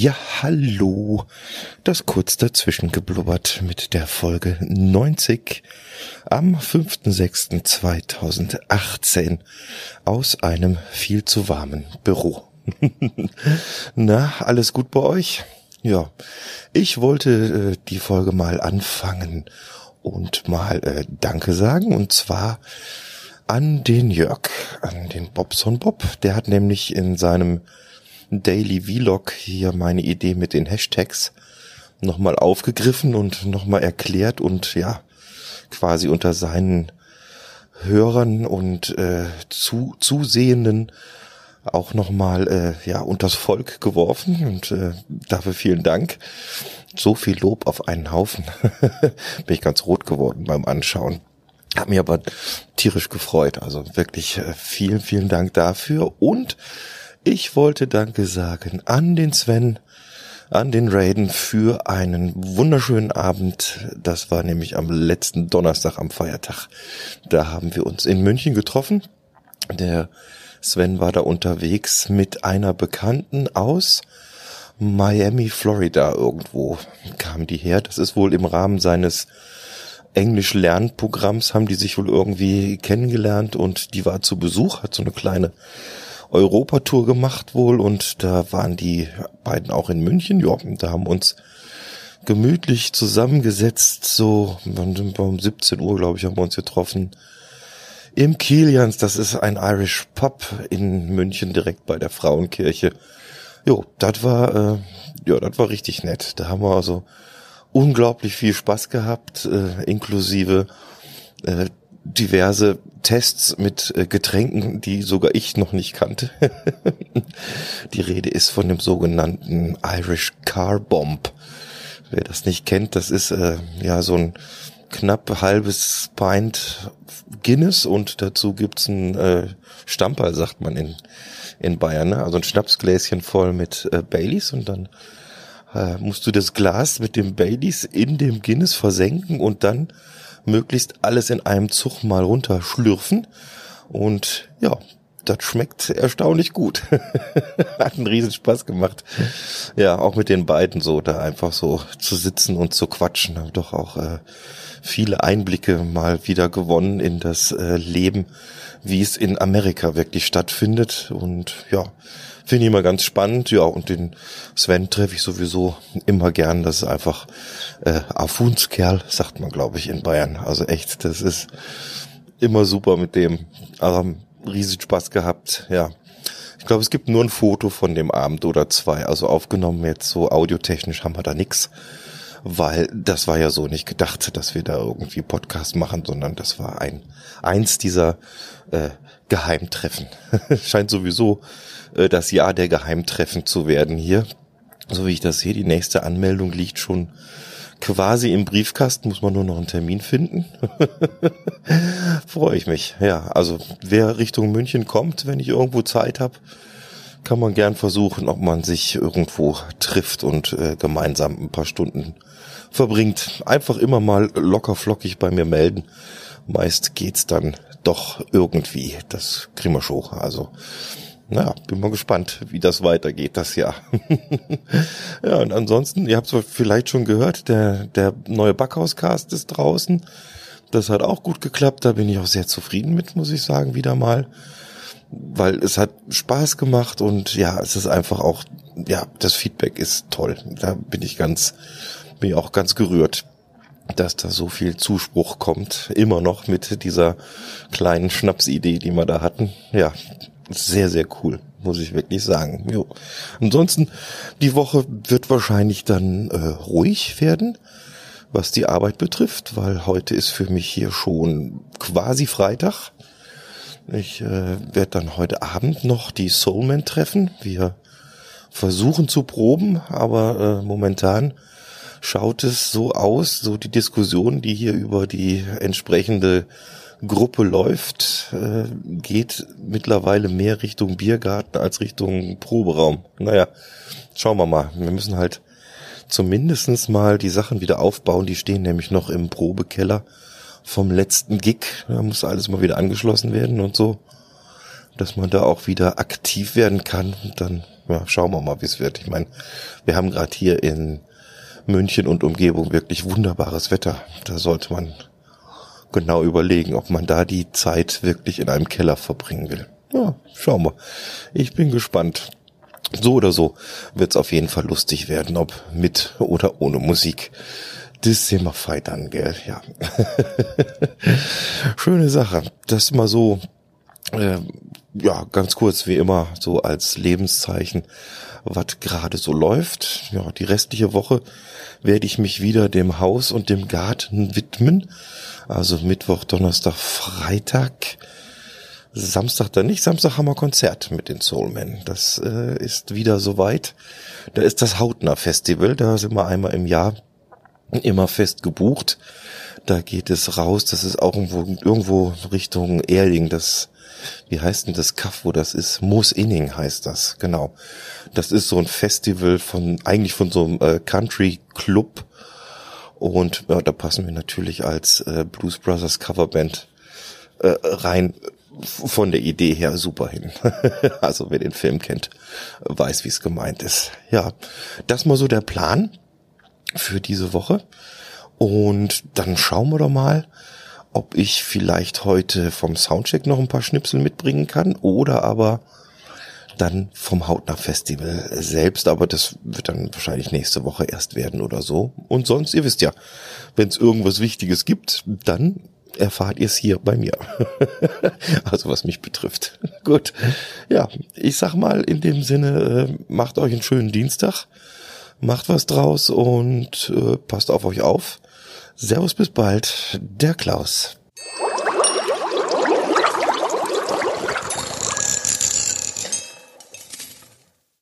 Ja, hallo. Das kurz dazwischen geblubbert mit der Folge 90 am 5.6.2018 aus einem viel zu warmen Büro. Na, alles gut bei euch? Ja, ich wollte die Folge mal anfangen und mal Danke sagen, und zwar an den Jörg, an den Bobson Bob. Der hat nämlich in seinem Daily Vlog hier meine Idee mit den Hashtags nochmal aufgegriffen und nochmal erklärt und ja, quasi unter seinen Hörern und Zusehenden auch nochmal unters Volk geworfen, und dafür vielen Dank. So viel Lob auf einen Haufen. Bin ich ganz rot geworden beim Anschauen. Hat mich aber tierisch gefreut. Also wirklich vielen, vielen Dank dafür. Und ich wollte Danke sagen an den Sven, an den Raiden für einen wunderschönen Abend. Das war nämlich am letzten Donnerstag am Feiertag. Da haben wir uns in München getroffen. Der Sven war da unterwegs mit einer Bekannten aus Miami, Florida. Irgendwo kam die her. Das ist wohl im Rahmen seines Englisch-Lernprogramms, haben die sich wohl irgendwie kennengelernt, und die war zu Besuch, hat so eine kleine Europatour gemacht wohl, und da waren die beiden auch in München. Ja, da haben uns gemütlich zusammengesetzt, so um 17 Uhr, glaube ich, haben wir uns getroffen im Kilians. Das ist ein Irish Pub in München, direkt bei der Frauenkirche. Jo, das war richtig nett. Da haben wir also unglaublich viel Spaß gehabt, inklusive diverse Tests mit Getränken, die sogar ich noch nicht kannte. Die Rede ist von dem sogenannten Irish Car Bomb. Wer das nicht kennt, das ist so ein knapp halbes Pint Guinness, und dazu gibt's ein Stamperl, sagt man in Bayern, ne? Also ein Schnapsgläschen voll mit Baileys, und dann musst du das Glas mit dem Baileys in dem Guinness versenken und dann möglichst alles in einem Zug mal runterschlürfen. Und ja, das schmeckt erstaunlich gut. Hat einen riesen Spaß gemacht. Ja, auch mit den beiden so, da einfach so zu sitzen und zu quatschen. Haben doch auch viele Einblicke mal wieder gewonnen in das Leben, wie es in Amerika wirklich stattfindet. Und ja, finde ich immer ganz spannend. Ja, und den Sven treffe ich sowieso immer gern. Das ist einfach Afunskerl, sagt man, glaube ich, in Bayern. Also echt, das ist immer super mit dem. Also riesen Spaß gehabt. Ja, ich glaube, es gibt nur ein Foto von dem Abend oder zwei. Also aufgenommen jetzt so audiotechnisch haben wir da nix, weil das war ja so nicht gedacht, dass wir da irgendwie Podcast machen, sondern das war eins dieser Geheimtreffen. Scheint sowieso das Jahr der Geheimtreffen zu werden hier. So wie ich das sehe, die nächste Anmeldung liegt schon quasi im Briefkasten, muss man nur noch einen Termin finden. Freue ich mich. Ja, also wer Richtung München kommt, wenn ich irgendwo Zeit habe, kann man gern versuchen, ob man sich irgendwo trifft und gemeinsam ein paar Stunden verbringt. Einfach immer mal locker flockig bei mir melden. Meist geht's dann doch irgendwie. Das kriegen wir schon. Also naja, bin mal gespannt, wie das weitergeht, das Jahr. Ja, und ansonsten, ihr habt es vielleicht schon gehört, der neue Backhauscast ist draußen. Das hat auch gut geklappt, da bin ich auch sehr zufrieden mit, muss ich sagen, wieder mal. Weil es hat Spaß gemacht, und ja, es ist einfach auch, ja, das Feedback ist toll. Da bin ich auch ganz gerührt, dass da so viel Zuspruch kommt. Immer noch mit dieser kleinen Schnapsidee, die wir da hatten. Ja, sehr, sehr cool, muss ich wirklich sagen. Jo. Ansonsten, die Woche wird wahrscheinlich dann ruhig werden, was die Arbeit betrifft, weil heute ist für mich hier schon quasi Freitag. Ich werde dann heute Abend noch die Soulman treffen. Wir versuchen zu proben, aber momentan schaut es so aus, so die Diskussion, die hier über die entsprechende Gruppe läuft, geht mittlerweile mehr Richtung Biergarten als Richtung Proberaum. Naja, schauen wir mal. Wir müssen halt zumindestens mal die Sachen wieder aufbauen. Die stehen nämlich noch im Probekeller vom letzten Gig. Da muss alles mal wieder angeschlossen werden und so, dass man da auch wieder aktiv werden kann. Und dann, ja, schauen wir mal, wie es wird. Ich meine, wir haben gerade hier in München und Umgebung wirklich wunderbares Wetter. Da sollte man genau überlegen, ob man da die Zeit wirklich in einem Keller verbringen will. Ja, schauen wir. Ich bin gespannt. So oder so wird es auf jeden Fall lustig werden, ob mit oder ohne Musik. Das sehen wir fein an, gell? Ja. Schöne Sache. Das mal so, ja, ganz kurz wie immer, so als Lebenszeichen, was gerade so läuft. Ja, die restliche Woche werde ich mich wieder dem Haus und dem Garten widmen. Also Mittwoch, Donnerstag, Freitag. Samstag dann nicht. Samstag haben wir Konzert mit den Soulmen. Das ist wieder soweit. Da ist das Hautner Festival. Da sind wir einmal im Jahr immer fest gebucht. Da geht es raus. Das ist auch irgendwo Richtung Erding. Das, wie heißt denn das Kaff, wo das ist? Moosinning heißt das. Genau. Das ist so ein Festival eigentlich von so einem Country Club. Und ja, da passen wir natürlich als Blues Brothers Coverband rein. Von der Idee her super hin. Also wer den Film kennt, weiß, wie es gemeint ist. Ja, das mal so der Plan für diese Woche. Und dann schauen wir doch mal, ob ich vielleicht heute vom Soundcheck noch ein paar Schnipsel mitbringen kann oder aber dann vom Hautner Festival selbst. Aber das wird dann wahrscheinlich nächste Woche erst werden oder so. Und sonst, ihr wisst ja, wenn es irgendwas Wichtiges gibt, dann erfahrt ihr es hier bei mir. Also was mich betrifft. Gut. Ja, ich sag mal in dem Sinne, macht euch einen schönen Dienstag, macht was draus und passt auf euch auf. Servus, bis bald. Der Klaus.